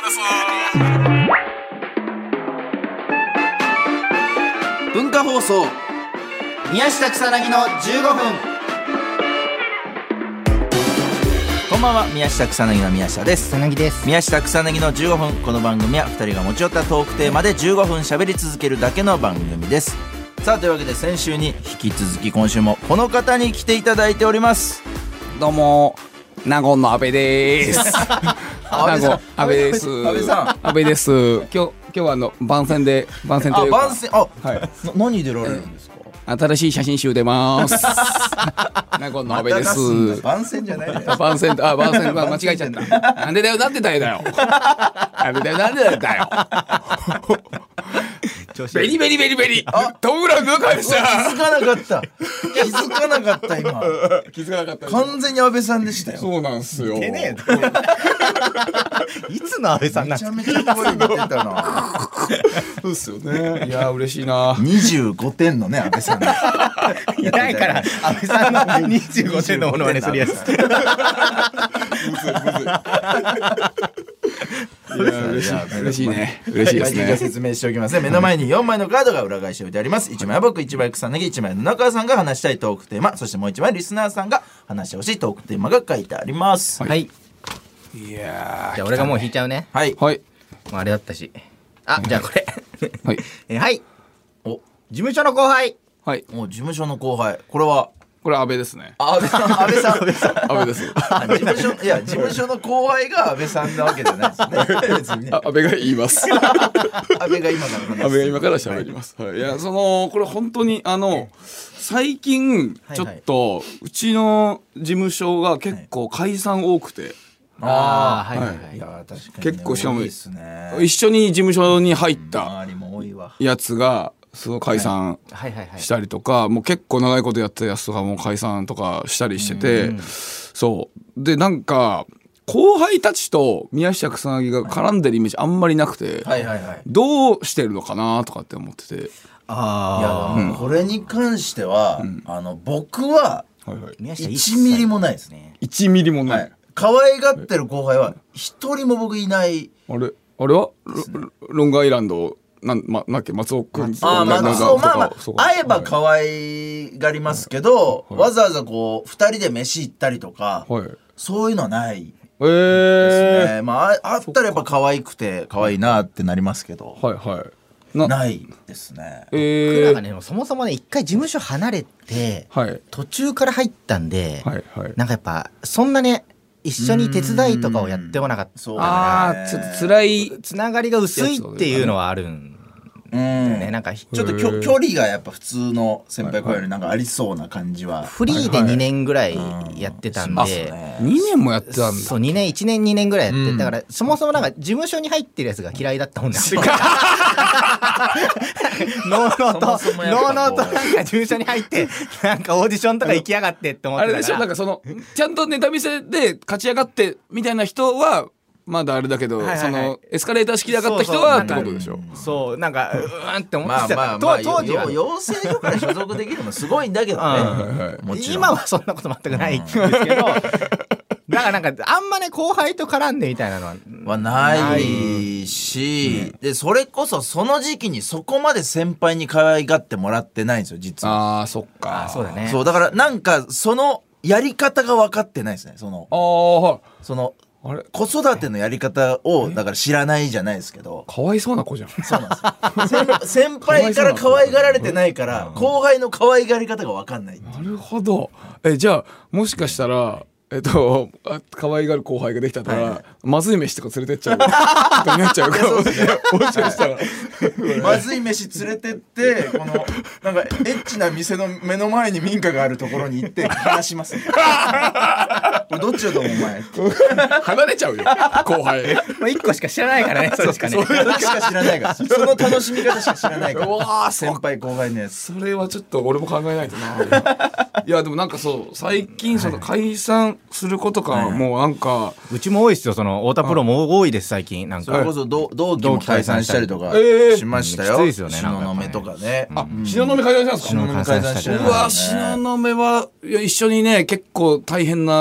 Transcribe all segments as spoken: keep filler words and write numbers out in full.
文化放送宮下草薙のじゅうごふん。こんばんは、宮下草薙の宮下です。 草薙です。 宮下草薙のじゅうごふん。この番組はふたりが持ち寄ったトークテーマでじゅうごふん喋り続けるだけの番組です。さあ、というわけで先週に引き続き今週もこの方に来ていただいております。 どうも納言の阿部です。納言阿部です。 阿部さん、 阿部です。今日今日はあの番宣で番宣というか、 あ、番宣、あ、 はい、 な何出られるんですか？ 新しい写真集出ます。納言の阿部です。 番宣じゃないね。 番宣、あ、番宣間違えちゃった。なんでだよ、なんでだよだよ。なんでだよ、なんでだよ。ベリベリベリベリ。トム・ブラウンの会社。 気づかなかった。気づかなかった今。 気づかなかった。 完全に安倍さんでしたよ。 そうなんすよ。 てねえ。いつの安倍さんなんですか。 めちゃめちゃ声似てたな。 そうっすよね。いや嬉しいな。 にじゅうごてんのね、安倍さん。 いないから安倍さんのにじゅうごてんのものまねするやつ。 むずいむずい。いや嬉しい嬉しいね。嬉しいですね。 じゃあ説明しておきますね。目の前によんまいのカードが裏返しておいてあります。いちまいは僕、いちまい草薙、いちまい布川さんが話したいトークテーマ、そしてもういちまいリスナーさんが話してほしいトークテーマが書いてあります。 はい。 いやじゃあ俺がもう引いちゃうね。 はい。 はい。 もうあれだったし。あ、じゃあこれ。 はい。 えはい。 お、 事務所の後輩。 はい。 もう事務所の後輩。これはこれ安倍ですね。 あ、安倍さん、安倍さん、安倍さん。 安倍です。 あ、事務所、いや、事務所の後輩が安倍さんなわけじゃないですね。別にね。 あ、安倍が言います。 安倍が今から話す。 安倍が今から喋ります。はい。いや、そのこれ本当にあの最近ちょっとうちの事務所が結構解散多くて。 ああ、はいははいはい。いや、確かにね。 結構しかも多いですね。 一緒に事務所に入った周りも多いわ。 やつがその解散はいはいはい。 したりとか、もう結構長いことやってたやつとかも解散とかしたりしてて、そうでなんか後輩たちと宮下草薙が絡んでるイメージあんまりなくて、 はいはいはい。 どうしてるのかなとかって思ってて、 いあや、これに関しては、あの僕ははいはい、 宮下いちミリもないですね。 いちミリもない、 はい。可愛がってる後輩は一人も僕いない。 あれあれはロ, ロングアイランドなんまなんだっけ松尾くんああ、まあ、 なんかそう、まあまあそうか会えば可愛がりますけど、 はいわざわざこう二人で飯行ったりとか、 はい、 そういうのはないえー、 ですね。まあ、あ会ったらやっぱ可愛くて可愛いなってなりますけど、 はいはいなないですね。 僕えー、 らがね、そもそもね、一回事務所離れて、 はい途中から入ったんで、 はいはいなんかやっぱそんなね、一緒に手伝いとかをやってこなかった。 そうだね。 あーちょっと辛いつながりが薄いっていうのはあるんうんだよね。なんかちょっときょ距離がやっぱ普通の先輩後輩よりなんかありそうな感じは。 フリーでにねんぐらいやってたんあで、 にねんもやってたんだ。 そうにねんいちねんにねんぐらいやって、 うんだからそもそもなんか事務所に入ってるやつが嫌いだったもんね。ノーノーとそもそもやっぱこうノーノーとなんか事務所に入ってなんかオーディションとか行きやがってって思っあれでしょ、 てたから。 なんかそのちゃんとネタ見せで勝ち上がってみたいな人はまだあれだけど、 はいはいはいそのエスカレーター式で上がった人そうそうはってことでしょ。 そうなんかうーんって思ってまあたまあまあ、 当時はよ養成所から所属できるのすごいんだけどね。 はいはいもちろん今はそんなこと全くないんですけど、だからなんかあんまね後輩と絡んでみたいなのははないし、でそれこそその時期にそこまで先輩に可愛がってもらってないんですよ実は。 あーそっか。 あそうだね。 そうだからなんかそのやり方が分かってないですね。そのあーはいそのあれ子育てのやり方をだから知らないじゃないですけど。 かわいそうな子じゃん。 そうなんですよ。先先輩から可愛がられてないから後輩の可愛がり方が分かんない。 なるほど。えじゃあもしかしたらえっとあ可愛がる後輩ができたら、 はいまずい飯とか連れてっちゃうことになっちゃうかもしれないもしかしたら。 まずい飯連れてってこのなんかエッチな店の目の前に民家があるところに行って話しますこれどっちだと思うお前離れちゃうよ後輩。 まあ一個しか知らないからね。それしかね。 それしか知らないからその楽しみ方しか知らないからうわー先輩後輩のやつ。 それはちょっと俺も考えないとな。いやでもなんかそう最近その解散する子とかはもうなんか、 うちも多いですよ。その太田プロも多いです最近。なんかそれこそ同同期も解散したりとかえーしましたよ。 きついですよね東雲とかね。 あ東雲解散したんですか。 東雲解散してるうわ東雲はいや一緒にね結構大変な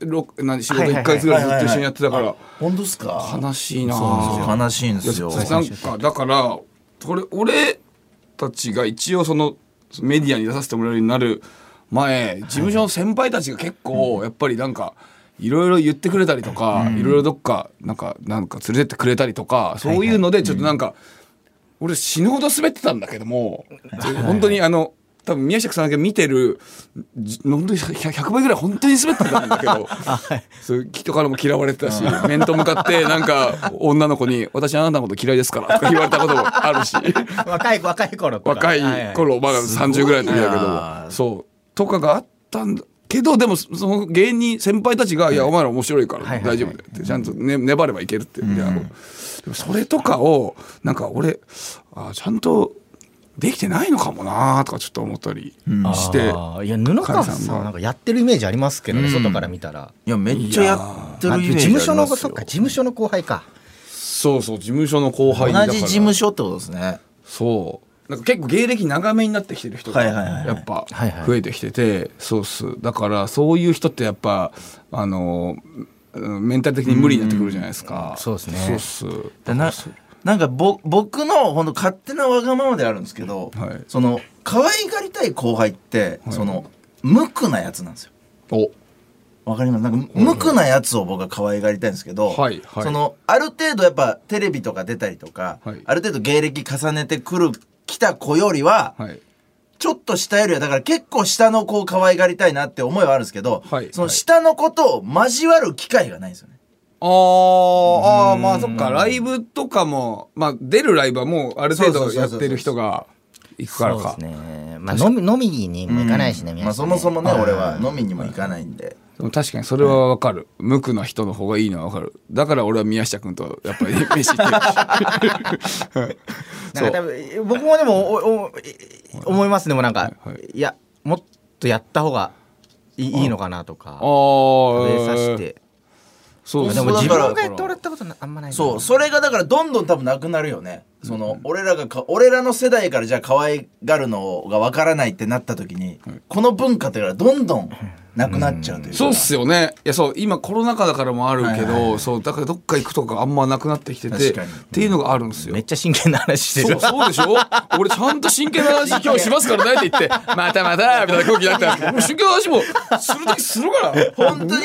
ろ何仕事いっかげつぐらいずっと一緒にやってたから本当ですか。 悲しいな。 そう悲しいんですよ。 なんかだからこれ俺たちが一応そのメディアに出させてもらえるようになる前、事務所の先輩たちが結構やっぱりなんかいろいろ言ってくれたりとか、いろいろどっかなんかなんか連れてってくれたりとか、そういうのでちょっとなんか俺死ぬほど滑ってたんだけども、本当にあの多分宮下さんが見てる本当にひゃくばいぐらい本当に滑ってたんだけど、そういう人からも嫌われてたし、面と向かってなんか女の子に私あなたのこと嫌いですからとか言われたこともあるし若い若い頃とか若い頃まださんじゅうぐらいの時だけど、そうとかがあったんだけど、でもその芸人先輩たちが「いやお前ら面白いから大丈夫だよ」ってちゃんと、ね、粘ればいけるって言って、でもそれとかをなんか俺あちゃんとできてないのかもなとかちょっと思ったりして、 あいや布川さんなんかやってるイメージありますけどね、外から見たら。 いやめっちゃやってるイメージありますよ。 事務所のそっか事務所の後輩か。 そうそう事務所の後輩だから同じ事務所ってことですね。 そうなんか結構芸歴長めになってきてる人がやっぱ増えてきてて、そうっす。だからそういう人ってやっぱあのメンタル的に無理になってくるじゃないですか。 そうですね。 そうっす。 ななんかぼ僕のほんと勝手なわがままであるんですけど、 はい、 その可愛がりたい後輩って、はい、その無垢なやつなんですよ。おわかります。なんか無垢なやつを僕は可愛がりたいんですけど、はいはい、そのある程度やっぱテレビとか出たりとか、はい、ある程度芸歴重ねてくる来た子よりは、はい、ちょっと下よりはだから結構下の子を可愛がりたいなって思いはあるんですけど、はい、その下の子と交わる機会がないんですよね。 ああまあそっか、ライブとかも、まあ、出るライブはもうある程度やってる人が行くからか。 そうですね。まあ飲み飲みにも行かないしね、 うん、まあそもそもね俺は飲みにも行かないんで。 でも確かにそれはわかる。無垢な人の方がいいのはわかる。だから俺は宮下君とやっぱり飯行ってるし。 なんか多分僕もでもおお思います。でもなんか、はいはい、いやもっとやった方がい い, いいのかなとか。食べさせて。そうでも自分がやってもらったことあんまない。 そうそれがだからどんどん多分なくなるよね。その、うん、俺らがか俺らの世代からじゃあ可愛がるのがわからないってなった時に、はい、この文化っていうのはどんどんなくなっちゃうという、うん、 そうっすよね。いやそう今コロナ禍だからもあるけど、はいはいはい、そうだからどっか行くとかあんまなくなってきててっていうのがあるんですよ。 めっちゃ真剣な話してる。 そうそうでしょ俺ちゃんと真剣な話今日しますからねって言ってまたまたみたいな空気になったんですけど真剣な話もする時するから本当に、はい、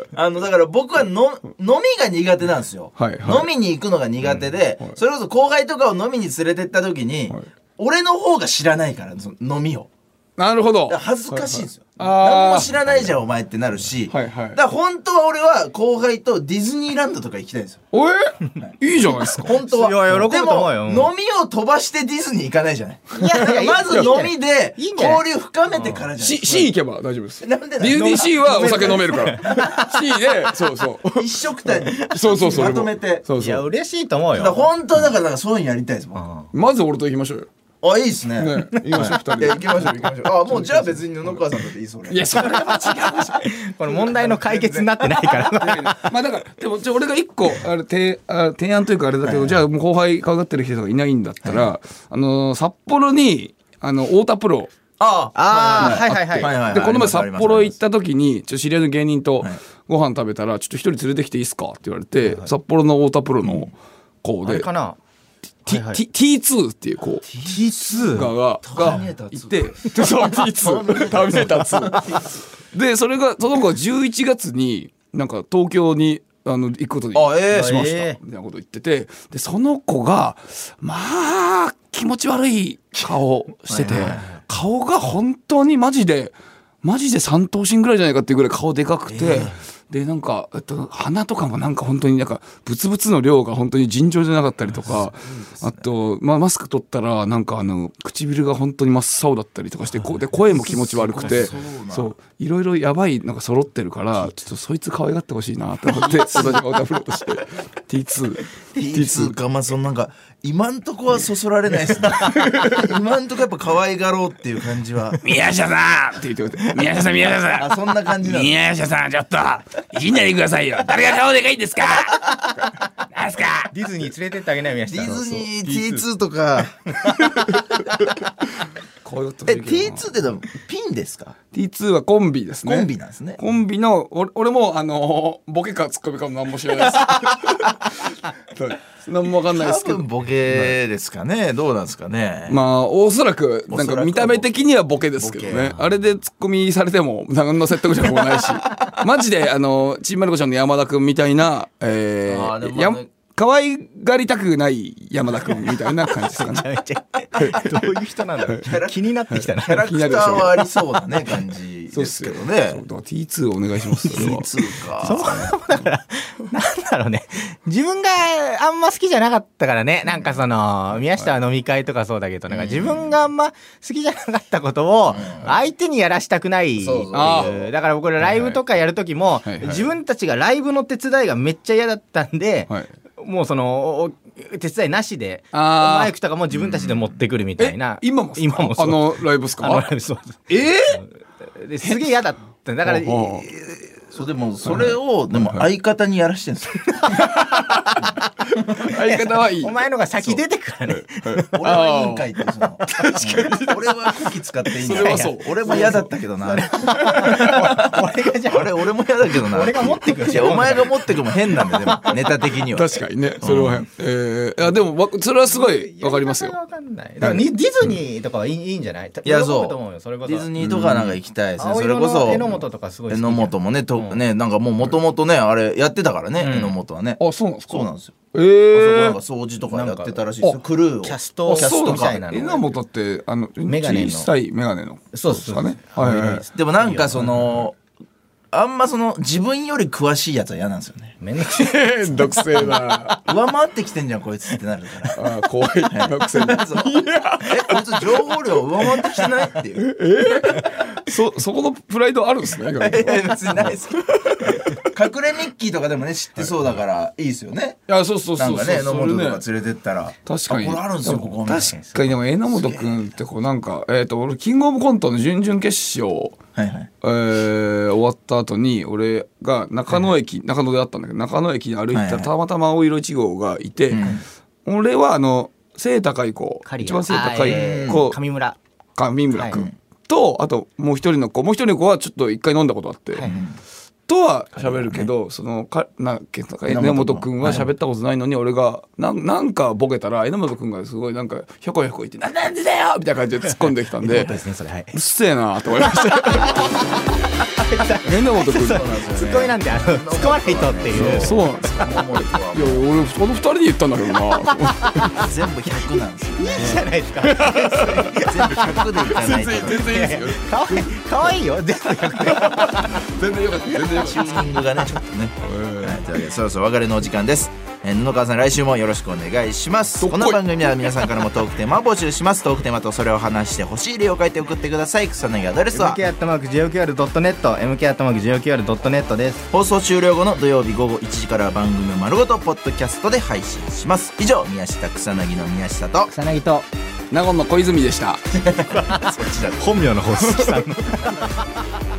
あのだから僕はの飲みが苦手なんですよ、はいはい、飲みに行くのが苦手で、うんはい、それこそ後輩とかを飲みに連れてった時に、はい、俺の方が知らないからその飲みを。 なるほど。 恥ずかしいんですよ、はいはい、何も知らないじゃんお前ってなるし、はいはい、だから本当は俺は後輩とディズニーランドとか行きたいんですよ。 えーはい、いいじゃないですか本当は。 いや喜ぶと思うよ。 でも飲みを飛ばしてディズニー行かないじゃない。いやいやまず飲みで交流深めてからじゃない。 C 行けば大丈夫です。なんでディズニーシーはお酒飲めるから C でそうそう一食単にそうそうそうまとめて。 そうそういや嬉しいと思うよ。 だ本当だからそういうのやりたいですもん。 まず俺と行きましょうよ。 あいいっすね。 ね行きましょう二人で。 行きましょう行きましょう。あもうじゃあ別に布川さんだっていいそれ。 いやそれは違うでしょ。 これ問題の解決になってないからまあだからでもじゃあ俺が一個あれ提あ提案というかあれだけど、はいはい、じゃあもう後輩可愛がってる人がいないんだったら、はい、あの札幌にあの太田プロああはいはいはいはい。 でこの前札幌行った時にちょ知り合いの芸人とご飯食べたらちょっと一人連れてきていいっすかって言われて、はい、札幌の太田プロの子で、 あれかな T はいはい、ティーツー っていうこうティーツーががいてそう ティーツー ターミネーターツーでそれがその子がじゅういちがつになんか東京にあの行くことにしましたみたいなこと言ってて、でその子がまあ気持ち悪い顔してて顔が本当にマジでマジで三頭身ぐらいじゃないかっていうぐらい顔でかくて、えーでなんか、えっと、鼻とかもなんか本当になんかブツブツの量が本当に尋常じゃなかったりとか、ね、あと、まあ、マスク取ったらなんかあの唇が本当に真っ青だったりとかしてこで声も気持ち悪くてそういろいろやばいなんか揃ってるからちょっとそいつ可愛がってほしいなと思って私がオタフロとして ティーツーティーツー かまあそのなんか今んとこはそそられないですね今んとこやっぱ可愛がろうっていう感じは宮下さんって言ってくれて宮下さん宮下さんあそんな感じなの宮下さんちょっといじんないでくださいよ誰が顔でかいんですかなんすかディズニー連れてってあげない宮下さん。 ディズニー ティーツー とかえ ティーツー ってでもピンですか？ ティーツー はコンビですね。 コンビなんですね。 コンビの俺、俺もあのボケかツッコミかも何も知らないです何も分かんないですけど、 多分ボケですかね、どうなんですかね。 まあおそらくなんか見た目的にはボケですけどね。あれでツッコミされても何の説得力もないしマジであのちんまる子ちゃんの山田君みたいな、えーあーでもね、 や可愛がりたくない山田君みたいな感じですかねどういう人なんだろう気になってきたな。 キャラクターはありそうなね感じですけどね。 そうだから ティーツー お願いします。それはティーツー か。 そもそもだからなんだろうね、自分があんま好きじゃなかったからね、なんかその宮下は飲み会とかそうだけど、なんか自分があんま好きじゃなかったことを相手にやらしたくないっていう。だから僕らライブとかやる時も自分たちがライブの手伝いがめっちゃ嫌だったんで、もうその手伝いなしでマイクとかも自分たちで持ってくるみたいな。 今も今もあのライブですか？ あのライブそうえー、ですげえ嫌だっただから。 そうでもそれをでも相方にやらしてんですよ。 相方はいい。 お前のが先出てくからね。 俺はいいんかいってその。俺はこき使っていいんだ。 それはそう。 俺も嫌だったけどな。 俺がじゃああれ俺も嫌だけどな。 俺が持ってくる。 お前が持ってくも変なんだよでもネタ的には。 確かにね。それは変。ええ、あでもそれはすごいわかりますよ。 わかんない。だからディズニーとかはいいんじゃない？ いやそう。ディズニーとかなんか行きたいですね。それこそ榎本とかすごい。 榎本もねとねなんかもうもともとねあれやってたからね榎本はね。 あそうなんですか。 そうなんですよ。 ええ。 なんか掃除とかやってたらしいですよ。クルーをキャストキャストみたいなの。 榎本ってあのメガネの小さいメガネの。 そうですかね。 でもなんかそのあんまその自分より詳しいやつは嫌なんですよね。 めんどくせえ。 独性だ。 上回ってきてんじゃんこいつってなるから。 あ怖い独性だ。 えこいつ情報量上回ってきてないっていう。 えそそこのプライドあるんですね。 別にないです。隠れミッキーとかでもね知ってそうだからいいですよね。 いやそうそうそうそう。 なんかね榎本とか連れてったら確かにこれあるんですよここ。 確かにでも榎本君ってこうなんかえっと俺キングオブコントの準々決勝はいはいえー終わった後に俺が中野駅中野であったんだけど中野駅で歩いてたらたまたま青色いち号がいて俺はあの背高い子一番背高い子上村上村君とあともう一人の子もう一人の子はちょっと一回飲んだことあってとは喋るけどそのかな榎本君は喋ったことないのに俺がなんなんかボケたら榎本君がすごいなんかひょこひょこ言ってなんなんでだよみたいな感じで突っ込んできたんでうっせえなと思いました榎本君ツッコミなんであの突っ込まないとっていうそうなんですか。いや俺その二人で言ったんだけどな全部ひゃくなんですよ。 いいじゃないですか。 全部ひゃくでいかないと。 全然いいですよ。 かわいいかわいいよ。全部ひゃくで全然よかった。全然よかった。 チューニングがねちょっとね。はい、というわけでそろそろお別れのお時間です。えー、布川さん来週もよろしくお願いします。この番組は皆さんからもトークテーマを募集します。トークテーマとそれを話してほしい理由を書いて送ってください。草薙アドレスはエムケーアットマークジェオキューアールドットネット エムケーアットマークジェオキューアールドットネット です。 放送終了後の土曜日午後いちじから番組を丸ごとポッドキャストで配信します。以上宮下草薙の宮下と草薙と納言の小泉でした。 そっちだ本名の方鈴木さんの